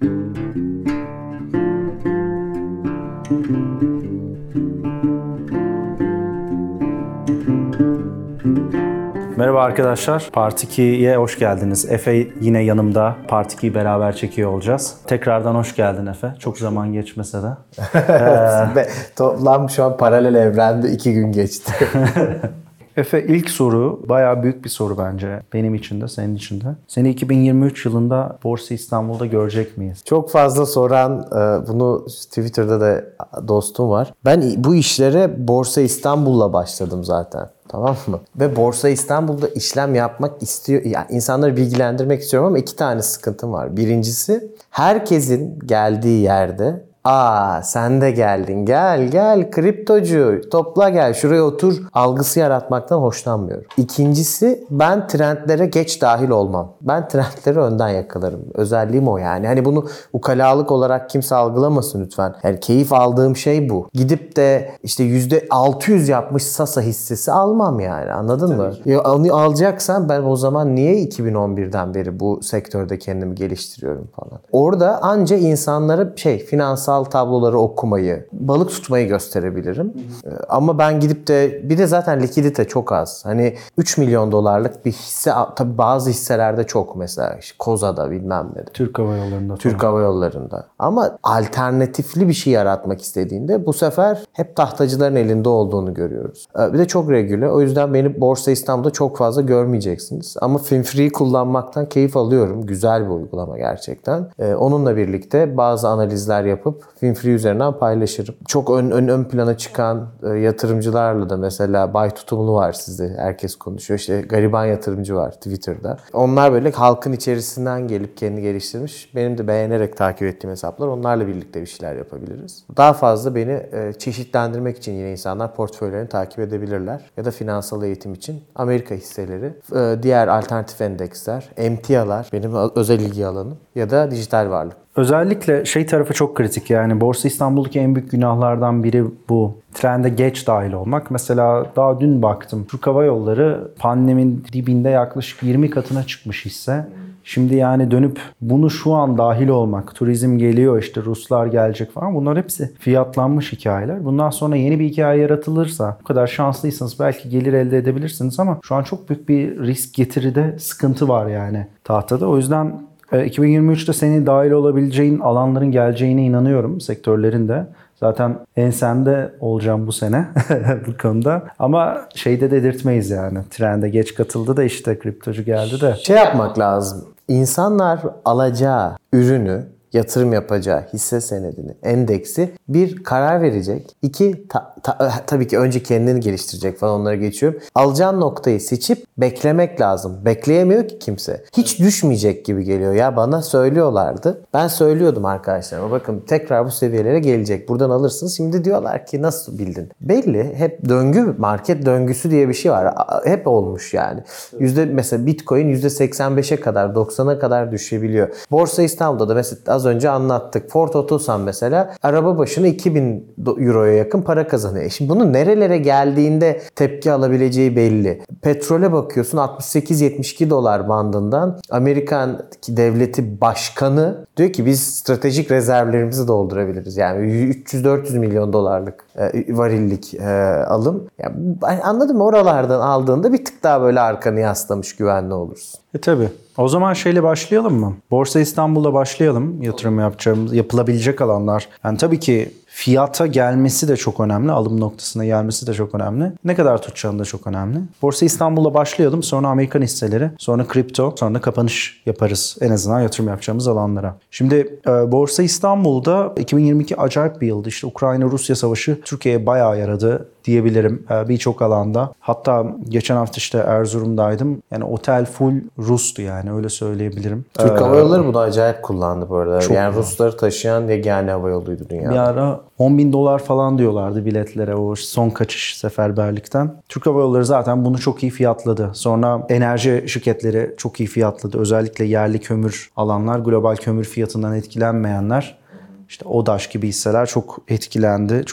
Merhaba arkadaşlar, Part 2'ye hoş geldiniz. Efe yine yanımda, Part 2'yi beraber çekiyor olacağız. Tekrardan hoş geldin Efe, çok zaman geçmese de. Toplam şu an paralel evrende 2 gün geçti. Efe, ilk soru bayağı büyük bir soru bence. Benim için de, senin için de. Seni 2023 yılında Borsa İstanbul'da görecek miyiz? Çok fazla soran, bunu Twitter'da da dostum var. Ben bu işlere Borsa İstanbul'la başladım zaten. Tamam mı? Ve Borsa İstanbul'da işlem yapmak istiyor. Yani insanları bilgilendirmek istiyorum ama 2 tane sıkıntım var. Birincisi, herkesin geldiği yerde sen de geldin. Gel kriptocu. Topla gel. Şuraya otur. Algısı yaratmaktan hoşlanmıyorum. İkincisi, ben trendlere geç dahil olmam. Ben trendleri önden yakalarım. Özelliğim o yani. Hani bunu ukalalık olarak kimse algılamasın lütfen. Yani keyif aldığım şey bu. Gidip de işte %600 yapmış Sasa hissesi almam yani. Anladın mı? Ya, onu alacaksan ben o zaman niye 2011'den beri bu sektörde kendimi geliştiriyorum falan. Orada anca insanlara finansal tabloları okumayı, balık tutmayı gösterebilirim. Ama ben gidip de bir de zaten likidite çok az. Hani 3 milyon dolarlık bir hisse, tabii bazı hisselerde çok, mesela işte Koza'da bilmem ne. Türk Hava Yolları'nda. Türk Hava Yolları'nda. Ama alternatifli bir şey yaratmak istediğinde bu sefer hep tahtacıların elinde olduğunu görüyoruz. Bir de çok regüle. O yüzden beni Borsa İstanbul'da çok fazla görmeyeceksiniz. Ama Finfree'yi kullanmaktan keyif alıyorum. Güzel bir uygulama gerçekten. Onunla birlikte bazı analizler yapıp Finfree üzerinden paylaşırım. Çok ön plana çıkan yatırımcılarla da, mesela Bay Tutumlu var sizde. Herkes konuşuyor. İşte gariban yatırımcı var Twitter'da. Onlar böyle halkın içerisinden gelip kendini geliştirmiş. Benim de beğenerek takip ettiğim hesaplar. Onlarla birlikte bir şeyler yapabiliriz. Daha fazla beni çeşitlendirmek için yine insanlar portföylerini takip edebilirler. Ya da finansal eğitim için Amerika hisseleri, diğer alternatif endeksler, emtialar benim özel ilgi alanım, ya da dijital varlık. Özellikle tarafı çok kritik, yani Borsa İstanbul'daki en büyük günahlardan biri bu. Trende geç dahil olmak. Mesela daha dün baktım. Türk Hava Yolları pandeminin dibinde yaklaşık 20 katına çıkmış hisse. Şimdi yani dönüp bunu şu an dahil olmak, turizm geliyor, işte Ruslar gelecek falan, bunlar hepsi fiyatlanmış hikayeler. Bundan sonra yeni bir hikaye yaratılırsa, bu kadar şanslıysanız belki gelir elde edebilirsiniz ama şu an çok büyük bir risk getiride sıkıntı var yani tahtada. O yüzden 2023'te senin dahil olabileceğin alanların geleceğine inanıyorum, sektörlerin de. Zaten ensende olacağım bu sene bu konuda. Ama de dedirtmeyiz yani. Trende geç katıldı da işte kriptocu geldi de. Yapmak lazım. İnsanlar alacağı ürünü, yatırım yapacağı hisse senedini, endeksi, bir karar verecek. 2, tabii ki önce kendini geliştirecek falan, onlara geçiyorum. Alacağın noktayı seçip beklemek lazım. Bekleyemiyor ki kimse. Hiç düşmeyecek gibi geliyor. Ya bana söylüyorlardı. Ben söylüyordum arkadaşlarıma. Bakın tekrar bu seviyelere gelecek. Buradan alırsınız. Şimdi diyorlar ki nasıl bildin? Belli. Hep döngü, market döngüsü diye bir şey var. Hep olmuş yani. Mesela Bitcoin %85'e kadar, 90'a kadar düşebiliyor. Borsa İstanbul'da da mesela az önce anlattık. Ford Otosan mesela araba başına 2000 euroya yakın para kazanıyor. Şimdi bunun nerelere geldiğinde tepki alabileceği belli. Petrole bakıyorsun, 68-72 dolar bandından Amerikan devleti başkanı diyor ki biz stratejik rezervlerimizi doldurabiliriz. Yani 300-400 milyon dolarlık varillik alım. Yani, anladın mı? Oralardan aldığında bir tık daha böyle arkanı yaslamış güvenli olursun. Tabii. O zaman başlayalım mı? Borsa İstanbul'da başlayalım. Yatırım yapılabilecek alanlar. Yani tabii ki fiyata gelmesi de çok önemli. Alım noktasına gelmesi de çok önemli. Ne kadar tutacağını da çok önemli. Borsa İstanbul'la başlayalım. Sonra Amerikan hisseleri, sonra kripto, sonra kapanış yaparız. En azından yatırım yapacağımız alanlara. Şimdi Borsa İstanbul'da 2022 acayip bir yıldı. İşte Ukrayna-Rusya savaşı Türkiye'ye bayağı yaradı diyebilirim birçok alanda. Hatta geçen hafta işte Erzurum'daydım. Yani otel full Rus'tu yani, öyle söyleyebilirim. Türk Hava Yolları bunu acayip kullandı bu arada. Yani Rusları taşıyan yegane hava yoluydu dünyada. Bir ara $10.000 falan diyorlardı biletlere, o son kaçış seferberlikten. Türk Hava Yolları zaten bunu çok iyi fiyatladı. Sonra enerji şirketleri çok iyi fiyatladı. Özellikle yerli kömür alanlar, global kömür fiyatından etkilenmeyenler, işte ODAŞ gibi hisseler çok etkilendi. Çok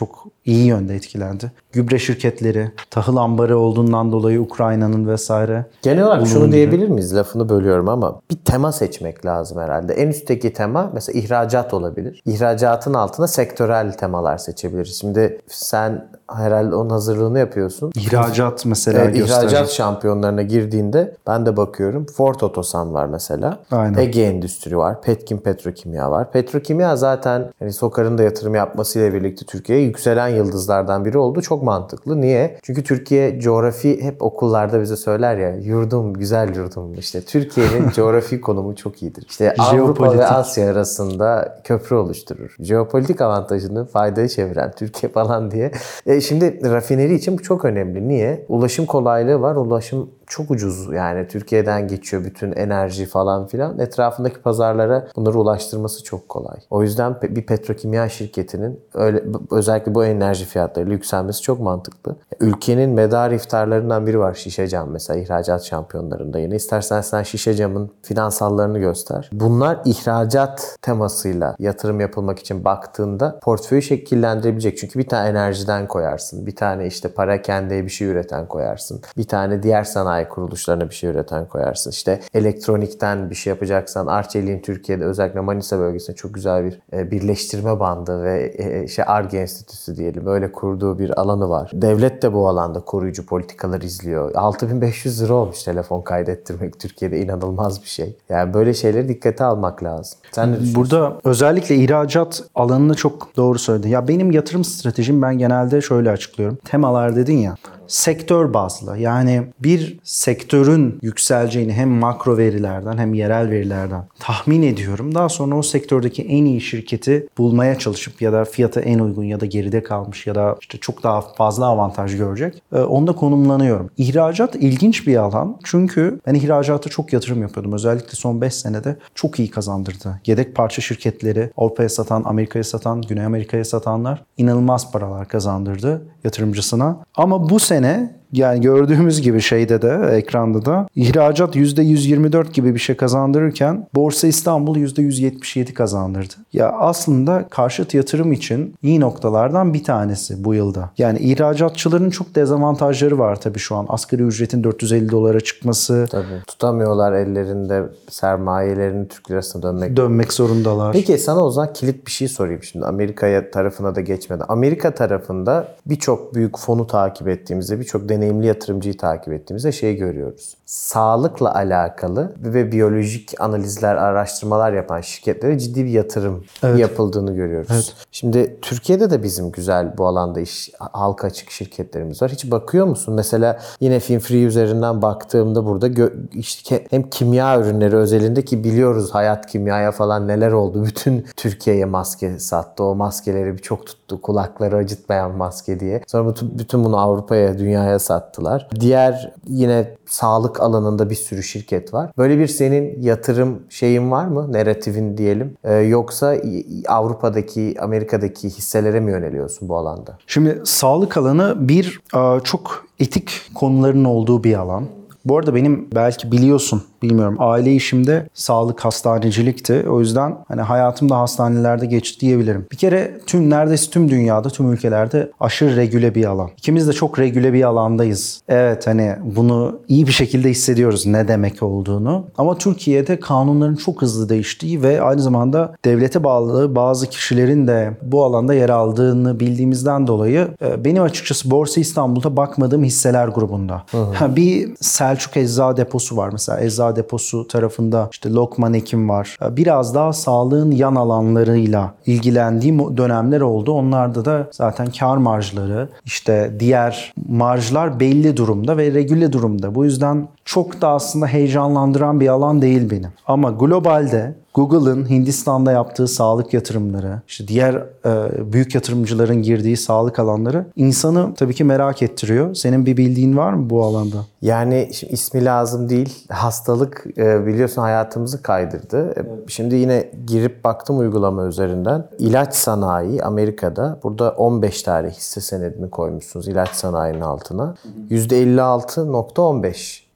iyi yönde etkilendi. Gübre şirketleri, tahıl ambarı olduğundan dolayı Ukrayna'nın vesaire. Genel olarak şunu bulundu. diyebilir miyiz? Lafını bölüyorum ama bir tema seçmek lazım herhalde. En üstteki tema mesela ihracat olabilir. İhracatın altına sektörel temalar seçebiliriz. Şimdi sen herhalde onun hazırlığını yapıyorsun. İhracat mesela gösterecek. İhracat şampiyonlarına girdiğinde ben de bakıyorum. Ford Otosan var mesela. Aynen. Ege Endüstri var. Petkim Petrokimya var. Petrokimya zaten hani SOKAR'ın da yatırım yapmasıyla birlikte Türkiye'ye yükselen yıldızlardan biri oldu. Çok mantıklı. Niye? Çünkü Türkiye coğrafi hep okullarda bize söyler ya yurdum, güzel yurdum. İşte Türkiye'nin coğrafi konumu çok iyidir. İşte Avrupa ve Asya arasında köprü oluşturur. Jeopolitik avantajını faydaya çeviren Türkiye falan diye. Şimdi rafineri için bu çok önemli. Niye? Ulaşım kolaylığı var. Ulaşım çok ucuz, yani Türkiye'den geçiyor bütün enerji falan filan. Etrafındaki pazarlara bunları ulaştırması çok kolay. O yüzden bir petrokimya şirketinin öyle özellikle bu enerji fiyatlarıyla yükselmesi çok mantıklı. Ülkenin medarı iftarlarından biri var Şişecam mesela, ihracat şampiyonlarında yine. İstersen sen Şişecam'ın finansallarını göster. Bunlar ihracat temasıyla yatırım yapılmak için baktığında portföyü şekillendirebilecek. Çünkü bir tane enerjiden koyarsın. Bir tane işte parakendeye bir şey üreten koyarsın. Bir tane diğer sanayi kuruluşlarına bir şey üreten koyarsın. İşte elektronikten bir şey yapacaksan Arçelik'in Türkiye'de özellikle Manisa bölgesinde çok güzel bir birleştirme bandı ve Ar-Ge enstitüsü diyelim öyle kurduğu bir alanı var. Devlet de bu alanda koruyucu politikalar izliyor. 6.500 lira olmuş telefon kaydettirmek Türkiye'de, inanılmaz bir şey. Yani böyle şeyleri dikkate almak lazım. Sen ne düşünüyorsun? Burada özellikle ihracat alanını çok doğru söyledin. Ya benim yatırım stratejim ben genelde şöyle açıklıyorum. Temalar dedin ya. Sektör bazlı, yani bir sektörün yükseleceğini hem makro verilerden hem yerel verilerden tahmin ediyorum. Daha sonra o sektördeki en iyi şirketi bulmaya çalışıp ya da fiyatı en uygun ya da geride kalmış ya da işte çok daha fazla avantaj görecek. Onda konumlanıyorum. İhracat ilginç bir alan. Çünkü ben ihracata çok yatırım yapıyordum. Özellikle son 5 senede çok iyi kazandırdı. Yedek parça şirketleri, Avrupa'ya satan, Amerika'ya satan, Güney Amerika'ya satanlar inanılmaz paralar kazandırdı yatırımcısına. Ama bu sene yani gördüğümüz gibi şeyde de ekranda da ihracat %124 gibi bir şey kazandırırken Borsa İstanbul %177 kazandırdı. Ya aslında karşıt yatırım için iyi noktalardan bir tanesi bu yılda. Yani ihracatçıların çok dezavantajları var tabii şu an. Asgari ücretin 450 dolara çıkması. Tabii. Tutamıyorlar ellerinde sermayelerini Türk lirasına dönmek zorundalar. Peki sana o zaman kilit bir şey sorayım şimdi. Amerika tarafına da geçmeden. Amerika tarafında birçok büyük fonu takip ettiğimizde, birçok deneyimli yatırımcıyı takip ettiğimizde şey görüyoruz. Sağlıkla alakalı ve biyolojik analizler, araştırmalar yapan şirketlere ciddi bir yatırım yapıldığını görüyoruz. Evet. Şimdi Türkiye'de de bizim güzel bu alanda halka açık şirketlerimiz var. Hiç bakıyor musun? Mesela yine Finfree üzerinden baktığımda burada işte hem kimya ürünleri özelinde ki biliyoruz Hayat Kimya'ya falan neler oldu. Bütün Türkiye'ye maske sattı. O maskeleri çok tuttu. Kulakları acıtmayan maske diye. Sonra bütün bunu Avrupa'ya, dünyaya sattılar. Diğer yine sağlık alanında bir sürü şirket var. Böyle bir senin yatırım şeyin var mı? Narratifin diyelim. Yoksa Avrupa'daki, Amerika'daki hisselere mi yöneliyorsun bu alanda? Şimdi sağlık alanı çok etik konuların olduğu bir alan. Bu arada benim belki biliyorsun, bilmiyorum, aile işimde sağlık hastanecilikti. O yüzden hani hayatım da hastanelerde geçti diyebilirim. Bir kere neredeyse tüm dünyada, tüm ülkelerde aşırı regüle bir alan. İkimiz de çok regüle bir alandayız. Evet, hani bunu iyi bir şekilde hissediyoruz ne demek olduğunu. Ama Türkiye'de kanunların çok hızlı değiştiği ve aynı zamanda devlete bağlı bazı kişilerin de bu alanda yer aldığını bildiğimizden dolayı benim açıkçası Borsa İstanbul'da bakmadığım hisseler grubunda. Bir Selçuk Eczacı Deposu var mesela. Eczacı Deposu tarafında işte Lokman Hekim var. Biraz daha sağlığın yan alanlarıyla ilgilendiğim dönemler oldu. Onlarda da zaten kar marjları, işte diğer marjlar belli durumda ve regüle durumda. Bu yüzden çok da aslında heyecanlandıran bir alan değil benim. Ama globalde Google'ın Hindistan'da yaptığı sağlık yatırımları, işte diğer büyük yatırımcıların girdiği sağlık alanları insanı tabii ki merak ettiriyor. Senin bir bildiğin var mı bu alanda? Yani şimdi ismi lazım değil. Hastalık biliyorsun hayatımızı kaydırdı. Evet. Şimdi yine girip baktım uygulama üzerinden. İlaç sanayi Amerika'da. Burada 15 tane hisse senedini koymuşsunuz ilaç sanayinin altına. %56.15.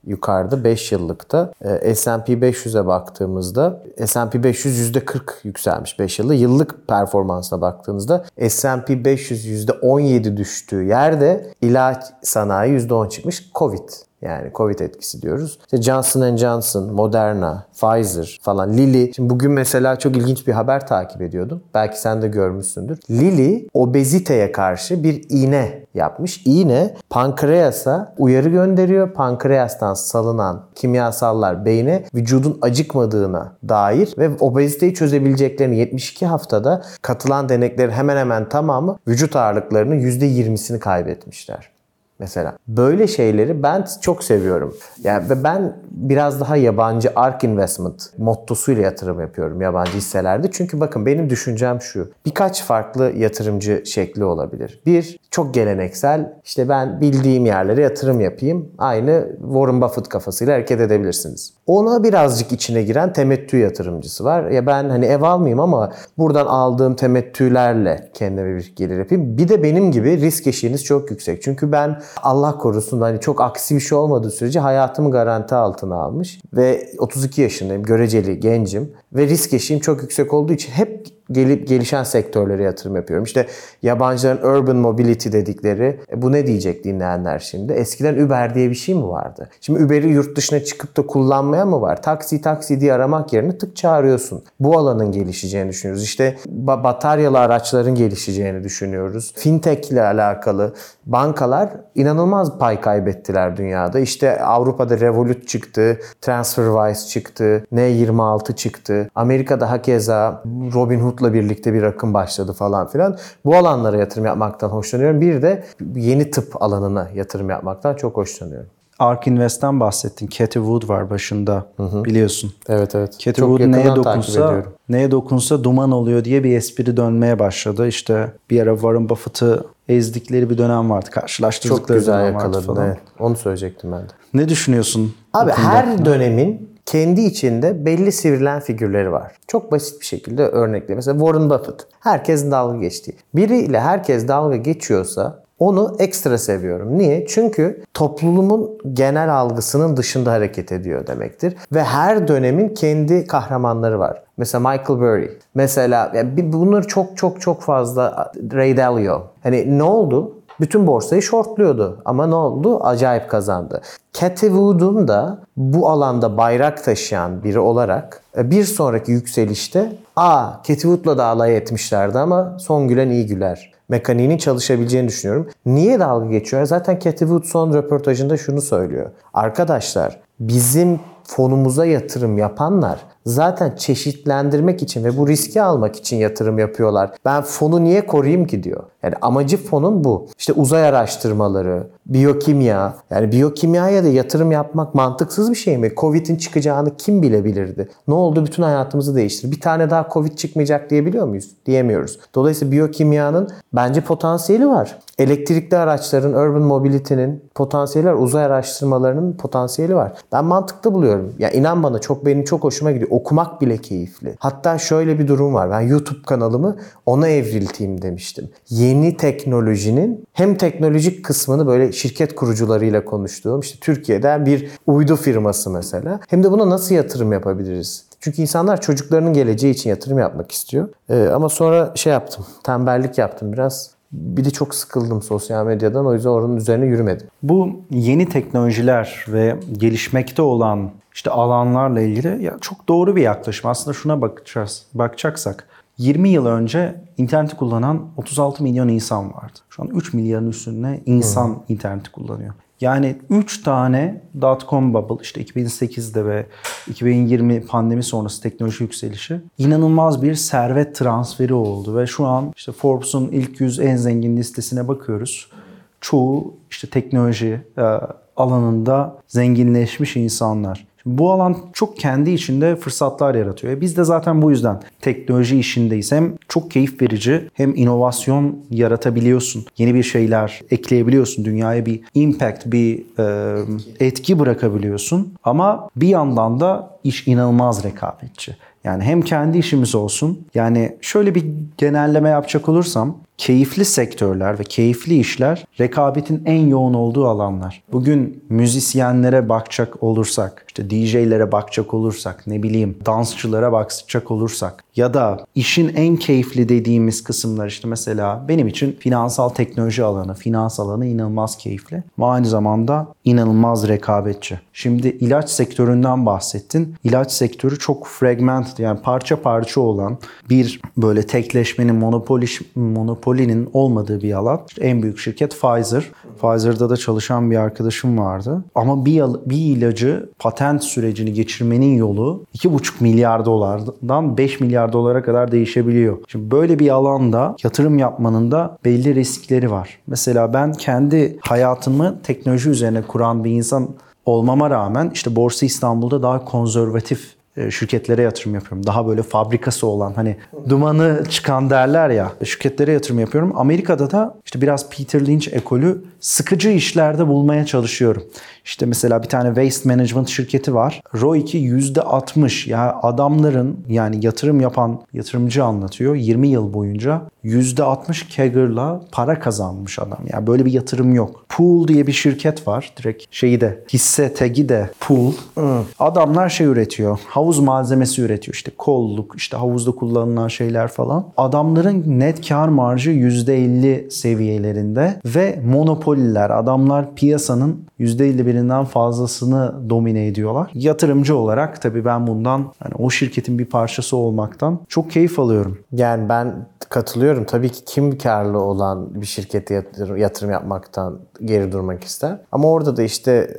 yukarıda 5 yıllıkta. S&P 500'e baktığımızda S&P 500 %40 yükselmiş 5 yılda. Yıllık performansına baktığınızda S&P 500 %17 düştüğü yerde ilaç sanayi %10 çıkmış. Covid. Yani Covid etkisi diyoruz. İşte Johnson & Johnson, Moderna, Pfizer falan, Lilly. Şimdi bugün mesela çok ilginç bir haber takip ediyordum. Belki sen de görmüşsündür. Lilly obeziteye karşı bir iğne yapmış. İğne pankreasa uyarı gönderiyor. Pankreastan salınan kimyasallar beyne vücudun acıkmadığına dair ve obeziteyi çözebileceklerini 72 haftada katılan deneklerin hemen hemen tamamı vücut ağırlıklarının %20'sini kaybetmişler. Mesela böyle şeyleri ben çok seviyorum. Yani ben biraz daha yabancı ARK Investment mottosuyla yatırım yapıyorum yabancı hisselerde. Çünkü bakın benim düşüncem şu. Birkaç farklı yatırımcı şekli olabilir. Bir, çok geleneksel. İşte ben bildiğim yerlere yatırım yapayım. Aynı Warren Buffett kafasıyla hareket edebilirsiniz. Ona birazcık içine giren temettü yatırımcısı var. Ya ben hani ev almayayım ama buradan aldığım temettülerle kendime bir gelir yapayım. Bir de benim gibi risk eşiğiniz çok yüksek. Çünkü ben Allah korusun hani çok aksi bir şey olmadığı sürece hayatımı garanti altına almış ve 32 yaşındayım, göreceli gencim ve risk eşiğim çok yüksek olduğu için hep gelişen sektörlere yatırım yapıyorum. İşte yabancıların urban mobility dedikleri, bu ne diyecek dinleyenler şimdi? Eskiden Uber diye bir şey mi vardı? Şimdi Uber'i yurt dışına çıkıp da kullanmaya mı var? Taksi diye aramak yerine tık çağırıyorsun. Bu alanın gelişeceğini düşünüyoruz. İşte bataryalı araçların gelişeceğini düşünüyoruz. Fintech ile alakalı bankalar inanılmaz pay kaybettiler dünyada. İşte Avrupa'da Revolut çıktı, TransferWise çıktı, N26 çıktı. Amerika'da hakeza Robinhood'la birlikte bir akım başladı falan filan. Bu alanlara yatırım yapmaktan hoşlanıyorum. Bir de yeni tıp alanına yatırım yapmaktan çok hoşlanıyorum. ARK Invest'ten bahsettin. Cathie Wood var başında, biliyorsun. Evet. Cathie Wood neye dokunsa duman oluyor diye bir espri dönmeye başladı. İşte bir ara Warren Buffett'ı ezdikleri bir dönem vardı. Karşılaştırdıkları çok güzel dönem vardı yakaladın. falan. Evet. Onu söyleyecektim ben de. Ne düşünüyorsun? Abi her dönemin kendi içinde belli sivrilen figürleri var. Çok basit bir şekilde örnekle. Mesela Warren Buffett. Herkesin dalga geçtiği. Biriyle herkes dalga geçiyorsa onu ekstra seviyorum. Niye? Çünkü toplumun genel algısının dışında hareket ediyor demektir. Ve her dönemin kendi kahramanları var. Mesela Michael Burry. Mesela bunlar çok fazla. Ray Dalio. Hani ne oldu? Bütün borsayı shortluyordu. Ama ne oldu? Acayip kazandı. Cathie Wood'un da bu alanda bayrak taşıyan biri olarak bir sonraki yükselişte Cathie Wood'la da alay etmişlerdi ama son gülen iyi güler mekaniğinin çalışabileceğini düşünüyorum. Niye dalga geçiyor? Zaten Cathie Wood son röportajında şunu söylüyor. Arkadaşlar bizim fonumuza yatırım yapanlar zaten çeşitlendirmek için ve bu riski almak için yatırım yapıyorlar. Ben fonu niye koruyayım ki diyor. Yani amacı fonun bu. İşte uzay araştırmaları, biyokimya. Yani biyokimyaya da yatırım yapmak mantıksız bir şey mi? Covid'in çıkacağını kim bilebilirdi? Ne oldu? Bütün hayatımızı değiştirdi. Bir tane daha Covid çıkmayacak diyebiliyor muyuz? Diyemiyoruz. Dolayısıyla biyokimyanın bence potansiyeli var. Elektrikli araçların, urban mobility'nin potansiyeli var. Uzay araştırmalarının potansiyeli var. Ben mantıklı buluyorum. Ya inan bana benim çok hoşuma gidiyor. Okumak bile keyifli. Hatta şöyle bir durum var. Ben YouTube kanalımı ona evrilteyim demiştim. Yeni teknolojinin hem teknolojik kısmını böyle şirket kurucularıyla konuştuğum, işte Türkiye'den bir uydu firması mesela. Hem de buna nasıl yatırım yapabiliriz? Çünkü insanlar çocuklarının geleceği için yatırım yapmak istiyor. Ama sonra tembellik yaptım biraz. Bir de çok sıkıldım sosyal medyadan. O yüzden oranın üzerine yürümedim. Bu yeni teknolojiler ve gelişmekte olan işte alanlarla ilgili çok doğru bir yaklaşım. Aslında şuna bakacaksak 20 yıl önce interneti kullanan 36 milyon insan vardı. Şu an 3 milyarın üstünde insan interneti kullanıyor. Yani 3 tane .com bubble işte 2008'de ve 2020 pandemi sonrası teknoloji yükselişi inanılmaz bir servet transferi oldu ve şu an işte Forbes'un ilk 100 en zengin listesine bakıyoruz. Çoğu işte teknoloji alanında zenginleşmiş insanlar. Bu alan çok kendi içinde fırsatlar yaratıyor. Biz de zaten bu yüzden teknoloji işindeyiz. Hem çok keyif verici hem inovasyon yaratabiliyorsun. Yeni bir şeyler ekleyebiliyorsun. Dünyaya bir impact, bir etki bırakabiliyorsun. Ama bir yandan da iş inanılmaz rekabetçi. Yani hem kendi işimiz olsun. Yani şöyle bir genelleme yapacak olursam keyifli sektörler ve keyifli işler rekabetin en yoğun olduğu alanlar. Bugün müzisyenlere bakacak olursak, işte DJ'lere bakacak olursak, ne bileyim dansçılara bakacak olursak ya da işin en keyifli dediğimiz kısımlar işte mesela benim için finansal teknoloji alanı, finans alanı inanılmaz keyifli ama aynı zamanda inanılmaz rekabetçi. Şimdi ilaç sektöründen bahsettin. İlaç sektörü çok fragmented yani parça parça olan bir böyle tekleşmenin, monopolinin olmadığı bir alan. İşte en büyük şirket Pfizer. Pfizer'da da çalışan bir arkadaşım vardı. Ama bir ilacı patent sürecini geçirmenin yolu 2,5 milyar dolardan 5 milyar dolara kadar değişebiliyor. Şimdi böyle bir alanda yatırım yapmanın da belli riskleri var. Mesela ben kendi hayatımı teknoloji üzerine kuran bir insan olmama rağmen işte Borsa İstanbul'da daha konservatif şirketlere yatırım yapıyorum. Daha böyle fabrikası olan hani dumanı çıkan derler ya şirketlere yatırım yapıyorum. Amerika'da da işte biraz Peter Lynch ekolü sıkıcı işlerde bulmaya çalışıyorum. İşte mesela bir tane waste management şirketi var. ROI'ki %60. Ya adamların yani yatırım yapan yatırımcı anlatıyor. 20 yıl boyunca %60 CAGR'la para kazanmış adam. Yani böyle bir yatırım yok. Pool diye bir şirket var. Direkt şeyi de hisse tagi de Pool. Adamlar şey üretiyor. Havuz malzemesi üretiyor. İşte kolluk, işte havuzda kullanılan şeyler falan. Adamların net kar marjı %50 seviyelerinde ve monopoliler. Adamlar piyasanın %51'inden fazlasını domine ediyorlar. Yatırımcı olarak tabii ben bundan yani o şirketin bir parçası olmaktan çok keyif alıyorum. Yani ben katılıyorum. Tabii ki kim karlı olan bir şirkete yatırım yapmaktan geri durmak ister. Ama orada da işte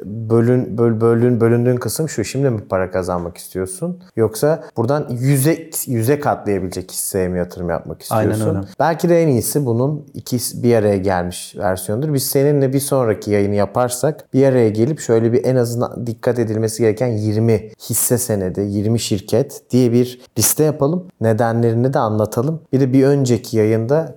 bölündüğün kısım şu. Şimdi mi para kazanmak istiyorsun? Yoksa buradan yüze katlayabilecek hisseye mi yatırım yapmak istiyorsun? Aynen öyle. Belki de en iyisi bunun ikisi bir araya gelmiş versiyonudur. Biz seninle bir sonraki yayını yaparsak bir araya gelip şöyle bir en azından dikkat edilmesi gereken 20 hisse senedi, 20 şirket diye bir liste yapalım. Nedenlerini de anlatalım. Bir de bir önceki yayında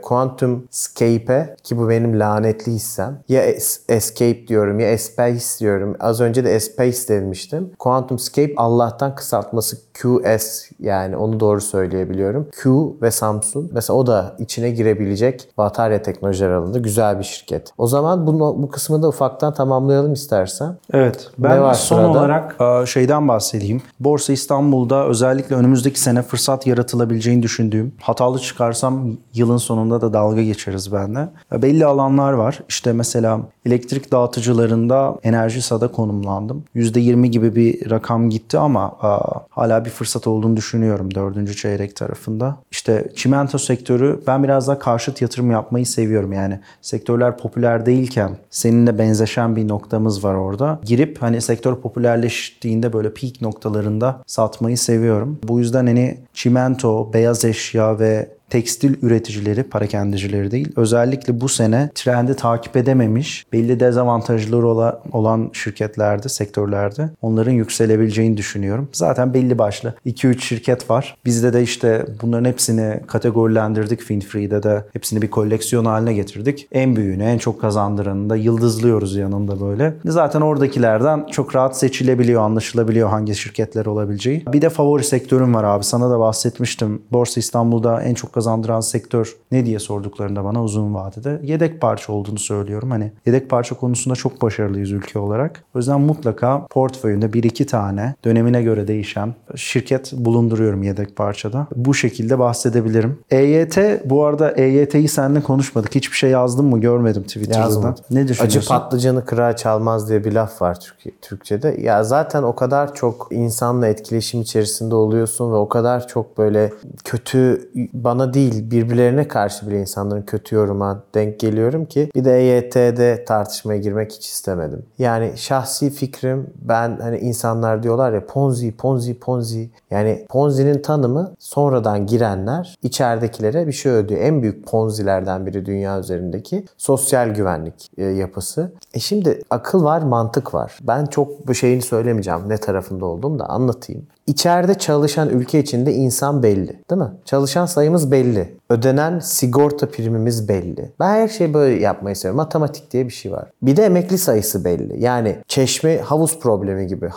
QuantumScape'e ki bu benim lanetli hissem. Ya Escape diyorum ya Espace diyorum. Az önce de Espace demiştim. QuantumScape Allah'tan kısaltması QS yani onu doğru söyleyebiliyorum. Q ve Samsung. Mesela o da içine girebilecek batarya teknolojileri alanında güzel bir şirket. O zaman bu kısmını da ufaktan tamamlayalım istersen. Evet. Ben son olarak şeyden bahsedeyim. Borsa İstanbul'da özellikle önümüzdeki sene fırsat yaratılabileceğini düşündüğüm, hatalı çıkarsam yılın sonunda da dalga geçeriz benimle. Belli alanlar var. İşte mesela elektrik dağıtıcılarında Enerjisa'da konumlandım. %20 gibi bir rakam gitti ama hala bir fırsat olduğunu düşünüyorum 4. çeyrek tarafında. İşte çimento sektörü ben biraz daha karşıt yatırım yapmayı seviyorum. Yani sektörler popüler değilken seninle benzeşen bir noktamız var orada. Girip hani sektör popülerleştiğinde böyle peak noktalarında satmayı seviyorum. Bu yüzden hani çimento, beyaz eşya ve tekstil üreticileri, parakendicileri değil, özellikle bu sene trendi takip edememiş, belli dezavantajları olan şirketlerde, sektörlerde onların yükselebileceğini düşünüyorum. Zaten belli başlı 2-3 şirket var. Bizde de işte bunların hepsini kategorilendirdik. Finfree'de de hepsini bir koleksiyon haline getirdik. En büyüğünü, en çok kazandıranını da yıldızlıyoruz yanında böyle. Zaten oradakilerden çok rahat seçilebiliyor, anlaşılabiliyor hangi şirketler olabileceği. Bir de favori sektörüm var abi. Sana da bahsetmiştim. Borsa İstanbul'da en çok kazandıran sektör ne diye sorduklarında bana uzun vadede yedek parça olduğunu söylüyorum. Hani yedek parça konusunda çok başarılıyız ülke olarak. O yüzden mutlaka portföyünde 1-2 tane dönemine göre değişen şirket bulunduruyorum yedek parçada. Bu şekilde bahsedebilirim. EYT, bu arada EYT'yi seninle konuşmadık. Hiçbir şey yazdın mı? Görmedim Twitter'da. Yazmadım. Ne düşünüyorsun? Acı patlıcanı kırağı çalmaz diye bir laf var Türkçe'de. Ya zaten o kadar çok insanla etkileşim içerisinde oluyorsun ve o kadar çok böyle kötü bana değil birbirlerine karşı bile insanların kötü yoruma denk geliyorum ki bir de EYT'de tartışmaya girmek hiç istemedim. Yani şahsi fikrim ben hani insanlar diyorlar ya Ponzi yani Ponzi'nin tanımı sonradan girenler içeridekilere bir şey ödüyor. En büyük Ponzi'lerden biri dünya üzerindeki sosyal güvenlik yapısı. Şimdi akıl var, mantık var. Ben çok bu şeyini söylemeyeceğim ne tarafında olduğumu da anlatayım. içeride çalışan ülke içinde insan belli, değil mi? Çalışan sayımız belli. Ödenen sigorta primimiz belli. Ben her şeyi böyle yapmayı seviyorum. Matematik diye bir şey var. Bir de emekli sayısı belli. Yani çeşme havuz problemi gibi.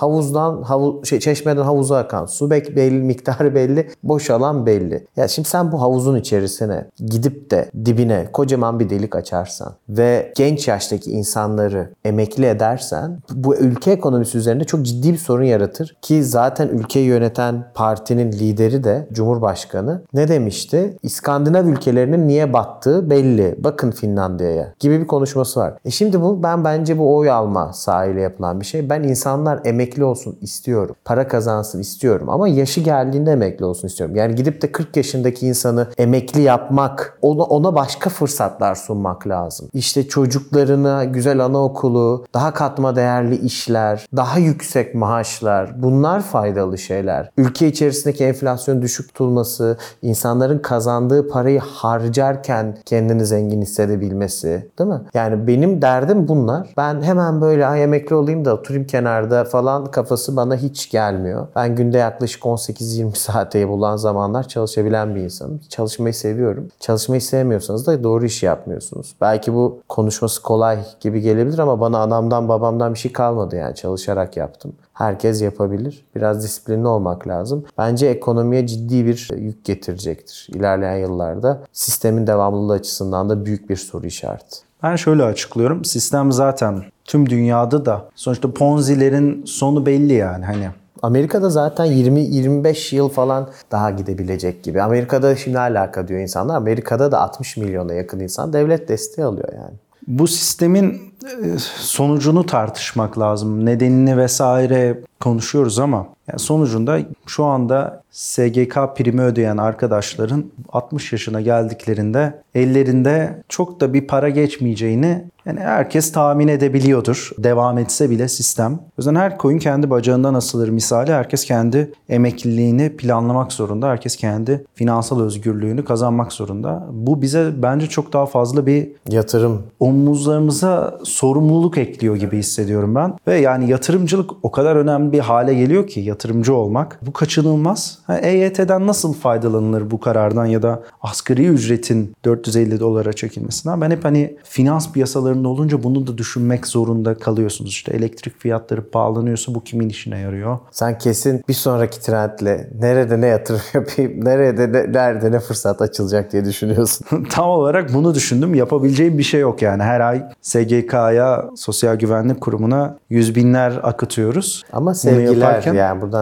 Çeşmeden havuza akan su belli, miktarı belli, boşalan belli. Ya şimdi sen bu havuzun içerisine gidip de dibine kocaman bir delik açarsan ve genç yaştaki insanları emekli edersen bu ülke ekonomisi üzerinde çok ciddi bir sorun yaratır. Ki zaten ülkeyi yöneten partinin lideri de Cumhurbaşkanı ne demişti? İskandinav ülkelerinin niye battığı belli. Bakın Finlandiya'ya gibi bir konuşması var. Şimdi bence bu oy alma sahayla yapılan bir şey. Ben insanlar emekli olsun istiyorum. Para kazansın istiyorum. Ama yaşı geldiğinde emekli olsun istiyorum. Yani gidip de 40 yaşındaki insanı emekli yapmak, ona başka fırsatlar sunmak lazım. İşte çocuklarına güzel anaokulu, daha katma değerli işler, daha yüksek maaşlar. Bunlar faydalı şeyler. Ülke içerisindeki enflasyon düşük tutulması, insanların kazandığı parayı harcarken kendini zengin hissedebilmesi, değil mi? Yani benim derdim bunlar. Ben hemen böyle emekli olayım da oturayım kenarda falan kafası bana hiç gelmiyor. Ben günde yaklaşık 18-20 saate bulan zamanlar çalışabilen bir insanım. Çalışmayı seviyorum. Çalışmayı sevmiyorsanız da doğru işi yapmıyorsunuz. Belki bu konuşması kolay gibi gelebilir ama bana anamdan babamdan bir şey kalmadı yani. Çalışarak yaptım. Herkes yapabilir. Biraz disiplinli olmak lazım. Bence ekonomiye ciddi bir yük getirecektir. İlerleyen yıllarda sistemin devamlılığı açısından da büyük bir soru işareti. Ben şöyle açıklıyorum. Sistem zaten tüm dünyada da sonuçta Ponzi'lerin sonu belli yani hani. Amerika'da zaten 20-25 yıl falan daha gidebilecek gibi. Amerika'da şimdi alaka diyor insanlar. Amerika'da da 60 milyona yakın insan devlet desteği alıyor yani. Bu sistemin sonucunu tartışmak lazım. Nedenini vesaire konuşuyoruz ama yani sonucunda şu anda SGK primi ödeyen arkadaşların 60 yaşına geldiklerinde ellerinde çok da bir para geçmeyeceğini yani herkes tahmin edebiliyordur. Devam etse bile sistem. O yüzden her koyun kendi bacağından asılır misali. Herkes kendi emekliliğini planlamak zorunda. Herkes kendi finansal özgürlüğünü kazanmak zorunda. Bu bize bence çok daha fazla bir yatırım. Omuzlarımıza sorumluluk ekliyor gibi hissediyorum ben. Ve yani yatırımcılık o kadar önemli bir hale geliyor ki yatırımcı olmak. Bu kaçınılmaz. EYT'den nasıl faydalanılır bu karardan ya da asgari ücretin 450 dolara çekilmesinden? Ben hep hani finans piyasalarında olunca bunu da düşünmek zorunda kalıyorsunuz. İşte elektrik fiyatları pahalanıyorsa bu kimin işine yarıyor? Sen kesin bir sonraki trendle nerede ne yatırım yapayım, nerede ne fırsat açılacak diye düşünüyorsun. Tam olarak bunu düşündüm. Yapabileceğim bir şey yok yani. Her ay SGK'ya, Sosyal Güvenlik Kurumu'na yüz binler akıtıyoruz. Ama sevgiler yani buradan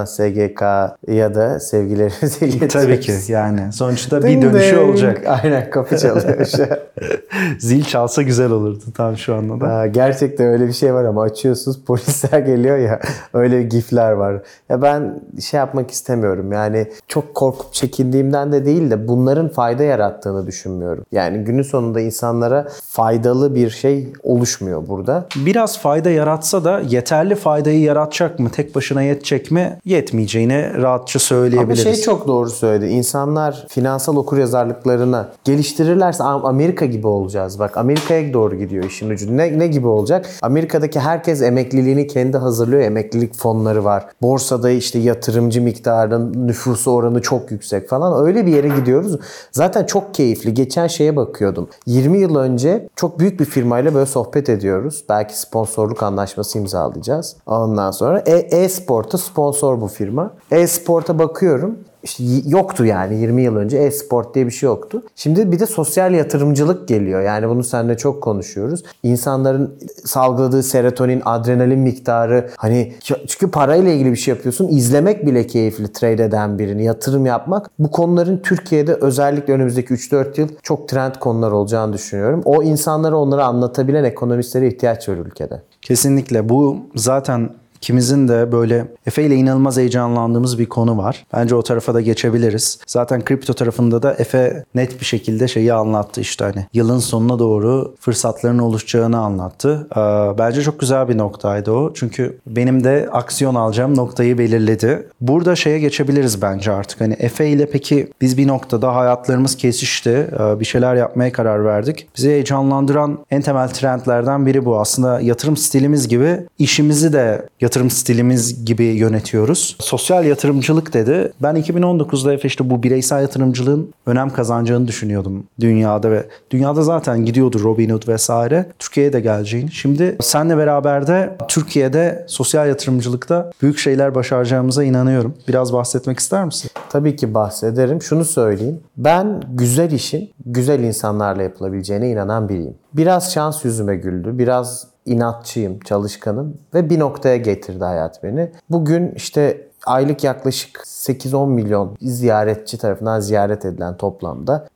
SGK'ya da sevgilerimizi iletiyoruz. Tabii ki yani. Sonuçta bir dönüşü olacak. Aynen kapı çalıyor şu an. Zil çalsa güzel olurdu tam şu anda da. Gerçekten öyle bir şey var ama açıyorsunuz polisler geliyor ya öyle gifler var. Ya ben şey yapmak istemiyorum yani çok korkup çekindiğimden de değil de bunların fayda yarattığını düşünmüyorum. Yani günün sonunda insanlara faydalı bir şey oluşmuyor burada. Biraz fayda yaratsa da yeterli faydayı yaratacak mı? Tek başına yetecek mi? Yetmeyeceğini rahatça söyleyebiliriz. Ama çok doğru söyledi. İnsanlar finansal okuryazarlıklarını geliştirirlerse Amerika gibi olacağız. Bak Amerika'ya doğru gidiyor işin ucu. Ne gibi olacak? Amerika'daki herkes emekliliğini kendi hazırlıyor. Emeklilik fonları var. Borsada işte yatırımcı miktarının nüfusu oranı çok yüksek falan. Öyle bir yere gidiyoruz. Zaten çok keyifli. Geçen şeye bakıyordum. 20 yıl önce çok büyük bir firmayla böyle sohbet ediyoruz. Belki sponsorluk anlaşması imzalayacağız. Ondan sonra e-sporta sponsor bu firma. E-sporta bakıyorum. İşte yoktu yani 20 yıl önce e-sport diye bir şey yoktu. Şimdi bir de sosyal yatırımcılık geliyor. Yani bunu seninle çok konuşuyoruz. İnsanların salgıladığı serotonin, adrenalin miktarı hani çünkü parayla ilgili bir şey yapıyorsun. İzlemek bile keyifli trade eden birini, yatırım yapmak. Bu konuların Türkiye'de özellikle önümüzdeki 3-4 yıl çok trend konular olacağını düşünüyorum. O insanlara onları anlatabilen ekonomistlere ihtiyaç var ülkede. Kesinlikle. Bu zaten İkimizin de böyle Efe ile inanılmaz heyecanlandığımız bir konu var. Bence o tarafa da geçebiliriz. Zaten kripto tarafında da Efe net bir şekilde şeyi anlattı işte hani yılın sonuna doğru fırsatların oluşacağını anlattı. Bence çok güzel bir noktaydı o. Çünkü benim de aksiyon alacağım noktayı belirledi. Burada şeye geçebiliriz bence artık. Hani Efe ile peki biz bir noktada hayatlarımız kesişti. Bir şeyler yapmaya karar verdik. Bizi heyecanlandıran en temel trendlerden biri bu. Aslında yatırım stilimiz gibi işimizi de yatırım stilimiz gibi yönetiyoruz. Sosyal yatırımcılık dedi. Ben 2019'da işte bu bireysel yatırımcılığın önem kazanacağını düşünüyordum dünyada ve dünyada zaten gidiyordu Robinhood vesaire. Türkiye'ye de geleceğini. Şimdi seninle beraber de Türkiye'de sosyal yatırımcılıkta büyük şeyler başaracağımıza inanıyorum. Biraz bahsetmek ister misin? Tabii ki bahsederim. Şunu söyleyeyim. Ben güzel işin güzel insanlarla yapılabileceğine inanan biriyim. Biraz şans yüzüme güldü. Biraz inatçıyım, çalışkanım ve bir noktaya getirdi hayat beni. Bugün işte aylık yaklaşık 8-10 milyon ziyaretçi tarafından ziyaret edilen toplamda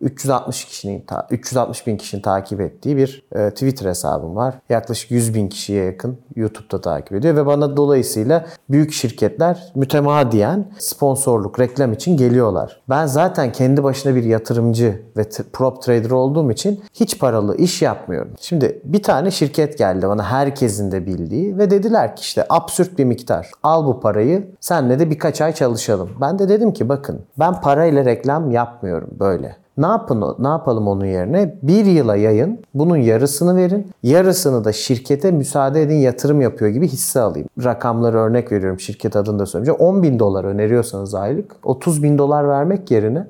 360 bin kişinin takip ettiği bir Twitter hesabım var. Yaklaşık 100 bin kişiye yakın YouTube'da takip ediyor ve bana dolayısıyla büyük şirketler mütemadiyen sponsorluk, reklam için geliyorlar. Ben zaten kendi başına bir yatırımcı ve prop trader olduğum için hiç paralı iş yapmıyorum. Şimdi bir tane şirket geldi bana, herkesin de bildiği, ve dediler ki işte absürt bir miktar. Al bu parayı, senle de birkaç ay çalışalım. Ben de dedim ki bakın, ben parayla reklam yapmıyorum böyle. Ne yapalım onun yerine? Bir yıla yayın, bunun yarısını verin. Yarısını da şirkete müsaade edin, yatırım yapıyor gibi hisse alayım. Rakamları örnek veriyorum, şirket adını da söyleyeceğim. 10 bin dolar öneriyorsanız aylık, 30 bin dolar vermek yerine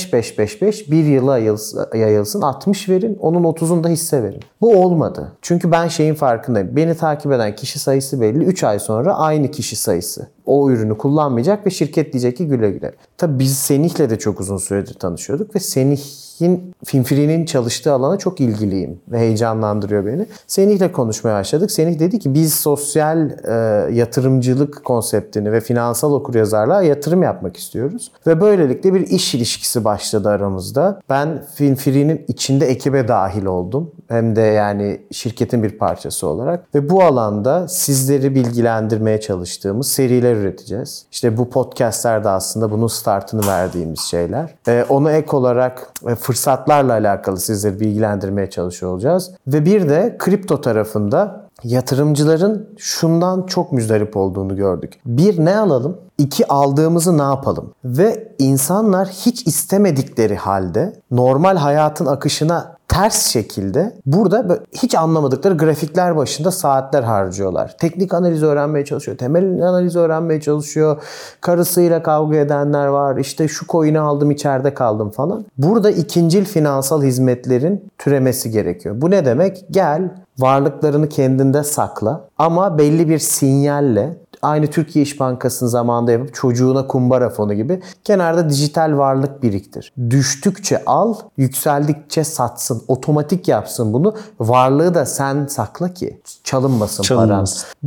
5 bir yıla yayılsın, 60 verin, onun 30'unu da hisse verin. Bu olmadı. Çünkü ben şeyin farkındayım. Beni takip eden kişi sayısı belli. 3 ay sonra aynı kişi sayısı o ürünü kullanmayacak ve şirket diyecek ki güle güle. Tabii biz Senih'le de çok uzun süredir tanışıyorduk ve Senih'in Finfree'nin çalıştığı alana çok ilgiliyim ve heyecanlandırıyor beni. Senih'le konuşmaya başladık. Senih dedi ki biz sosyal yatırımcılık konseptini ve finansal okuryazarlığa yatırım yapmak istiyoruz. Ve böylelikle bir iş ilişkisi başladı aramızda. Ben Finfree'nin içinde ekibe dahil oldum. Hem de yani şirketin bir parçası olarak. Ve bu alanda sizleri bilgilendirmeye çalıştığımız seriler üreteceğiz. İşte bu podcastler aslında bunun startını verdiğimiz şeyler. Ona ek olarak fırsatlarla alakalı sizleri bilgilendirmeye çalışıyor olacağız. Ve bir de kripto tarafında yatırımcıların şundan çok müzdarip olduğunu gördük. Bir, ne alalım? İki, aldığımızı ne yapalım? Ve insanlar hiç istemedikleri halde normal hayatın akışına ters şekilde burada hiç anlamadıkları grafikler başında saatler harcıyorlar. Teknik analiz öğrenmeye çalışıyor, temel analiz öğrenmeye çalışıyor. Karısıyla kavga edenler var. İşte şu coin'i aldım, içeride kaldım falan. Burada ikincil finansal hizmetlerin türemesi gerekiyor. Bu ne demek? Gel, varlıklarını kendinde sakla ama belli bir sinyalle, aynı Türkiye İş Bankası'nın zamanında yapıp çocuğuna kumbara fonu gibi kenarda dijital varlık biriktir. Düştükçe al, yükseldikçe satsın. Otomatik yapsın bunu. Varlığı da sen sakla ki çalınmasın paran.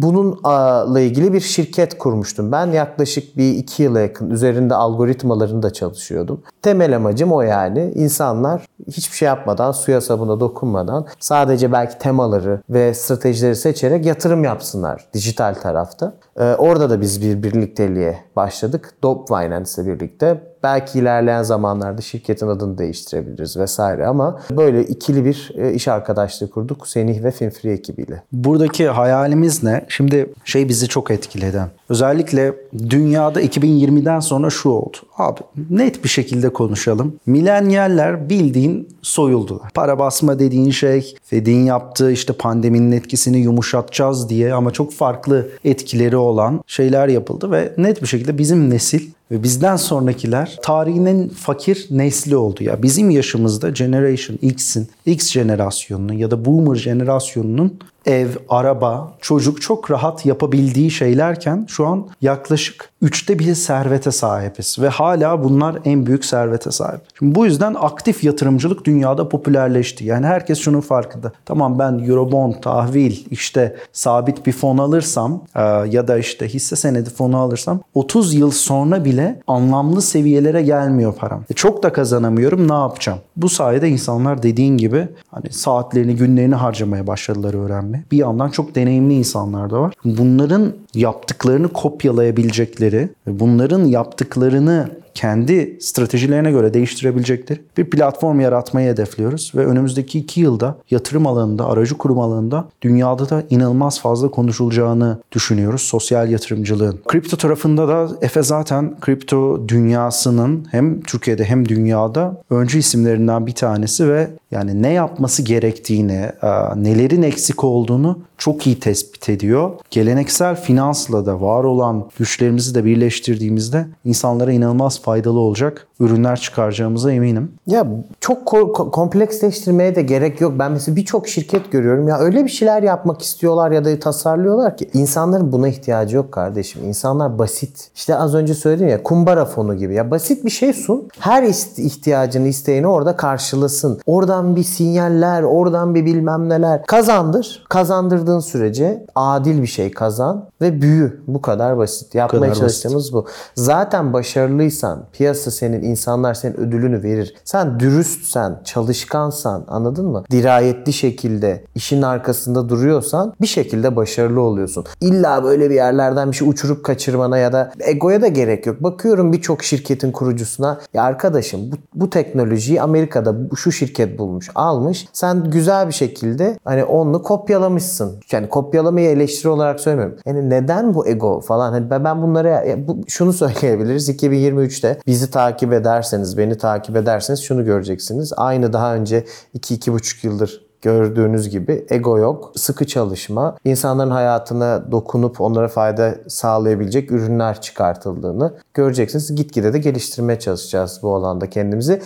Bununla ilgili bir şirket kurmuştum. Ben yaklaşık bir 2 yıla yakın üzerinde algoritmalarında çalışıyordum. Temel amacım o yani. İnsanlar hiçbir şey yapmadan, suya sabuna dokunmadan sadece belki temaları ve stratejileri seçerek yatırım yapsınlar dijital tarafta. Orada da biz bir birlikteliğe başladık. Dope Finance'le birlikte. Belki ilerleyen zamanlarda şirketin adını değiştirebiliriz vesaire ama böyle ikili bir iş arkadaşlığı kurduk Senih ve Finfree ekibiyle. Buradaki hayalimiz ne? Şimdi bizi çok etkiledi. Özellikle dünyada 2020'den sonra şu oldu. Abi net bir şekilde konuşalım. Milenyaller bildiğin soyuldular. Para basma dediğin şey, Fed'in yaptığı işte pandeminin etkisini yumuşatacağız diye ama çok farklı etkileri olan şeyler yapıldı ve net bir şekilde bizim nesil ve bizden sonrakiler tarihin en fakir nesli oldu ya. Bizim yaşımızda Generation X'in, X jenerasyonunun ya da Boomer jenerasyonunun ev, araba, çocuk çok rahat yapabildiği şeylerken şu an yaklaşık 1/3 servete sahibiz ve hala bunlar en büyük servete sahip. Şimdi bu yüzden aktif yatırımcılık dünyada popülerleşti. Yani herkes şunun farkında. Tamam, ben Eurobond, tahvil, işte sabit bir fon alırsam ya da işte hisse senedi fonu alırsam 30 yıl sonra bile anlamlı seviyelere gelmiyor param. Çok da kazanamıyorum, ne yapacağım? Bu sayede insanlar dediğin gibi hani saatlerini, günlerini harcamaya başladılar öğrenmeye. Bir yandan çok deneyimli insanlar da var. Bunların yaptıklarını kopyalayabilecekleri ve bunların yaptıklarını kendi stratejilerine göre değiştirebilecekleri bir platform yaratmayı hedefliyoruz. Ve önümüzdeki 2 yılda yatırım alanında, aracı kurum alanında dünyada da inanılmaz fazla konuşulacağını düşünüyoruz sosyal yatırımcılığın. Kripto tarafında da Efe zaten kripto dünyasının hem Türkiye'de hem dünyada öncü isimlerinden bir tanesi ve yani ne yapması gerektiğini, nelerin eksik olduğunu çok iyi tespit ediyor. Geleneksel finansla da var olan güçlerimizi de birleştirdiğimizde insanlara inanılmaz faydalı olacak ürünler çıkaracağımıza eminim. Ya çok kompleksleştirmeye de gerek yok. Ben mesela birçok şirket görüyorum. Ya öyle bir şeyler yapmak istiyorlar ya da tasarlıyorlar ki insanların buna ihtiyacı yok kardeşim. İnsanlar basit. İşte az önce söyledim ya, kumbara fonu gibi. Ya basit bir şey sun. Her ihtiyacını, isteğini orada karşılasın. Oradan bir sinyaller, oradan bir bilmem neler. Kazandır. Kazandırdığın sürece adil bir şey kazan ve büyü. Bu kadar basit. Yapmaya çalıştığımız bu. Zaten başarılıysan, piyasa senin, insanlar senin ödülünü verir. Sen dürüstsen, çalışkansan, anladın mı? Dirayetli şekilde işin arkasında duruyorsan bir şekilde başarılı oluyorsun. İlla böyle bir yerlerden bir şey uçurup kaçırmana ya da egoya da gerek yok. Bakıyorum birçok şirketin kurucusuna, ya arkadaşım bu teknolojiyi Amerika'da şu şirket bulmuş, almış. Sen güzel bir şekilde hani onu kopyalamışsın. Yani kopyalamayı eleştiri olarak söylemiyorum. Yani neden bu ego falan? Hani ben bunlara şunu söyleyebiliriz. 2023'te bizi takip ederseniz, beni takip ederseniz şunu göreceksiniz. Aynı daha önce 2-2,5 yıldır gördüğünüz gibi ego yok. Sıkı çalışma, insanların hayatına dokunup onlara fayda sağlayabilecek ürünler çıkartıldığını göreceksiniz. Gitgide de geliştirmeye çalışacağız bu alanda kendimizi.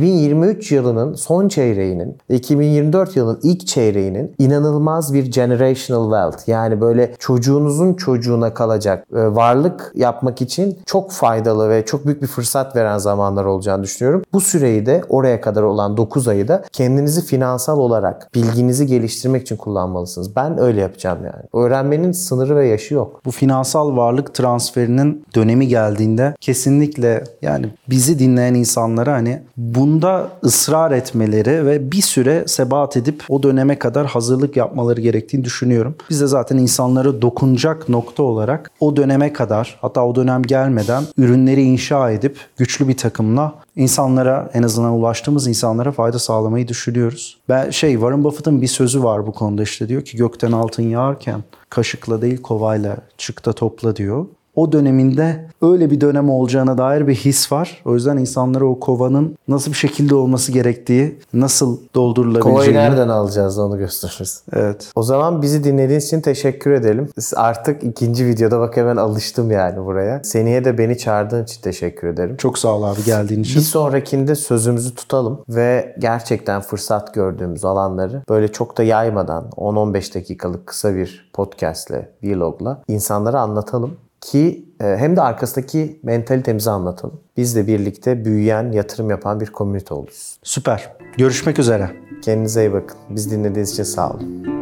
2023 yılının son çeyreğinin, 2024 yılının ilk çeyreğinin inanılmaz bir generational wealth, yani böyle çocuğunuzun çocuğuna kalacak varlık yapmak için çok faydalı ve çok büyük bir fırsat veren zamanlar olacağını düşünüyorum. Bu süreyi de, oraya kadar olan 9 ayı da kendinizi finansal olarak, bilginizi geliştirmek için kullanmalısınız. Ben öyle yapacağım yani. Öğrenmenin sınırı ve yaşı yok. Bu finansal varlık transferinin dönemi geldiğinde kesinlikle yani bizi dinleyen insanlara hani bunda ısrar etmeleri ve bir süre sebat edip o döneme kadar hazırlık yapmaları gerektiğini düşünüyorum. Biz de zaten insanlara dokunacak nokta olarak o döneme kadar, hatta o dönem gelmeden ürünleri inşa edip güçlü bir takımla insanlara, en azından ulaştığımız insanlara fayda sağlamayı düşünüyoruz. Warren Buffett'ın bir sözü var bu konuda, işte diyor ki gökten altın yağarken kaşıkla değil kovayla çık da topla diyor. O döneminde öyle bir dönem olacağına dair bir his var. O yüzden insanlara o kovanın nasıl bir şekilde olması gerektiği, nasıl doldurulabileceğini... Kovayı nereden alacağız onu gösteririz. Evet. O zaman bizi dinlediğiniz için teşekkür edelim. Artık ikinci videoda bak hemen alıştım yani buraya. Seneye de beni çağırdığın için teşekkür ederim. Çok sağ ol abi geldiğin için. Bir sonrakinde sözümüzü tutalım ve gerçekten fırsat gördüğümüz alanları böyle çok da yaymadan 10-15 dakikalık kısa bir podcastle, vlogla insanlara anlatalım. Ki hem de arkasındaki mentalitemizi anlatalım. Biz de birlikte büyüyen, yatırım yapan bir komünite oluruz. Süper. Görüşmek üzere. Kendinize iyi bakın. Biz dinlediğiniz için sağ olun.